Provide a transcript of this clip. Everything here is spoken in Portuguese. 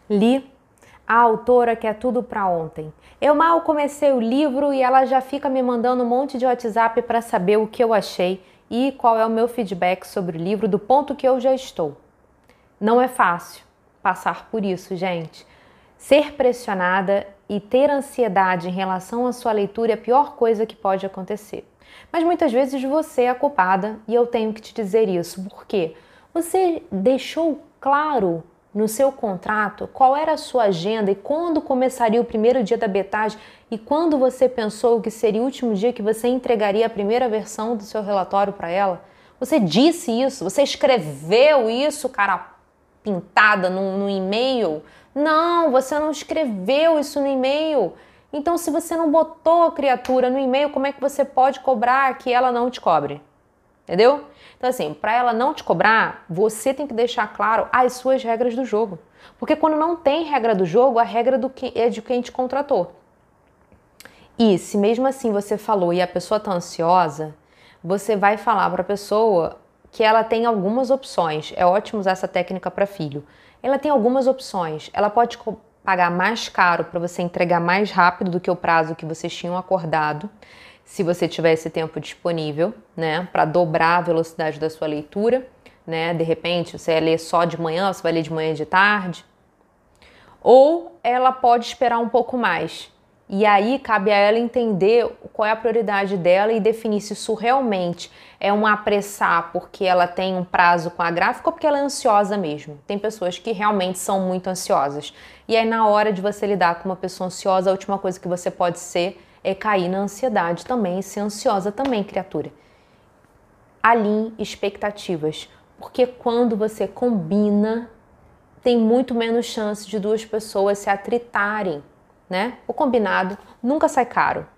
Li a autora quer tudo para ontem. Eu mal comecei o livro e ela já fica me mandando um monte de WhatsApp para saber o que eu achei e qual é o meu feedback sobre o livro do ponto que eu já estou. Não é fácil passar por isso, gente. Ser pressionada e ter ansiedade em relação à sua leitura é a pior coisa que pode acontecer. Mas muitas vezes você é a culpada e eu tenho que te dizer isso. Por quê? Você deixou claro no seu contrato qual era a sua agenda e quando começaria o primeiro dia da betagem e quando você pensou que seria o último dia que você entregaria a primeira versão do seu relatório para ela? Você disse isso? Você escreveu isso, cara pintada no e-mail? Não, você não escreveu isso no e-mail. Então, se você não botou a criatura no e-mail, como é que você pode cobrar que ela não te cobre? Entendeu? Então, assim, para ela não te cobrar, você tem que deixar claro as suas regras do jogo. Porque quando não tem regra do jogo, a regra é de quem te contratou. E se mesmo assim você falou e a pessoa está ansiosa, você vai falar para a pessoa que ela tem algumas opções. É ótimo usar essa técnica para filho. Ela tem algumas opções. Ela pode pagar mais caro para você entregar mais rápido do que o prazo que vocês tinham acordado, se você tiver esse tempo disponível, né, para dobrar a velocidade da sua leitura, né? De repente, você vai ler só de manhã, você vai ler de manhã e de tarde. Ou ela pode esperar um pouco mais. E aí cabe a ela entender qual é a prioridade dela e definir se isso realmente é um apressar porque ela tem um prazo com a gráfica ou porque ela é ansiosa mesmo. Tem pessoas que realmente são muito ansiosas. E aí na hora de você lidar com uma pessoa ansiosa, a última coisa que você pode ser é cair na ansiedade também e ser ansiosa também, criatura. Alinhe expectativas, porque quando você combina, tem muito menos chance de duas pessoas se atritarem, né? O combinado nunca sai caro.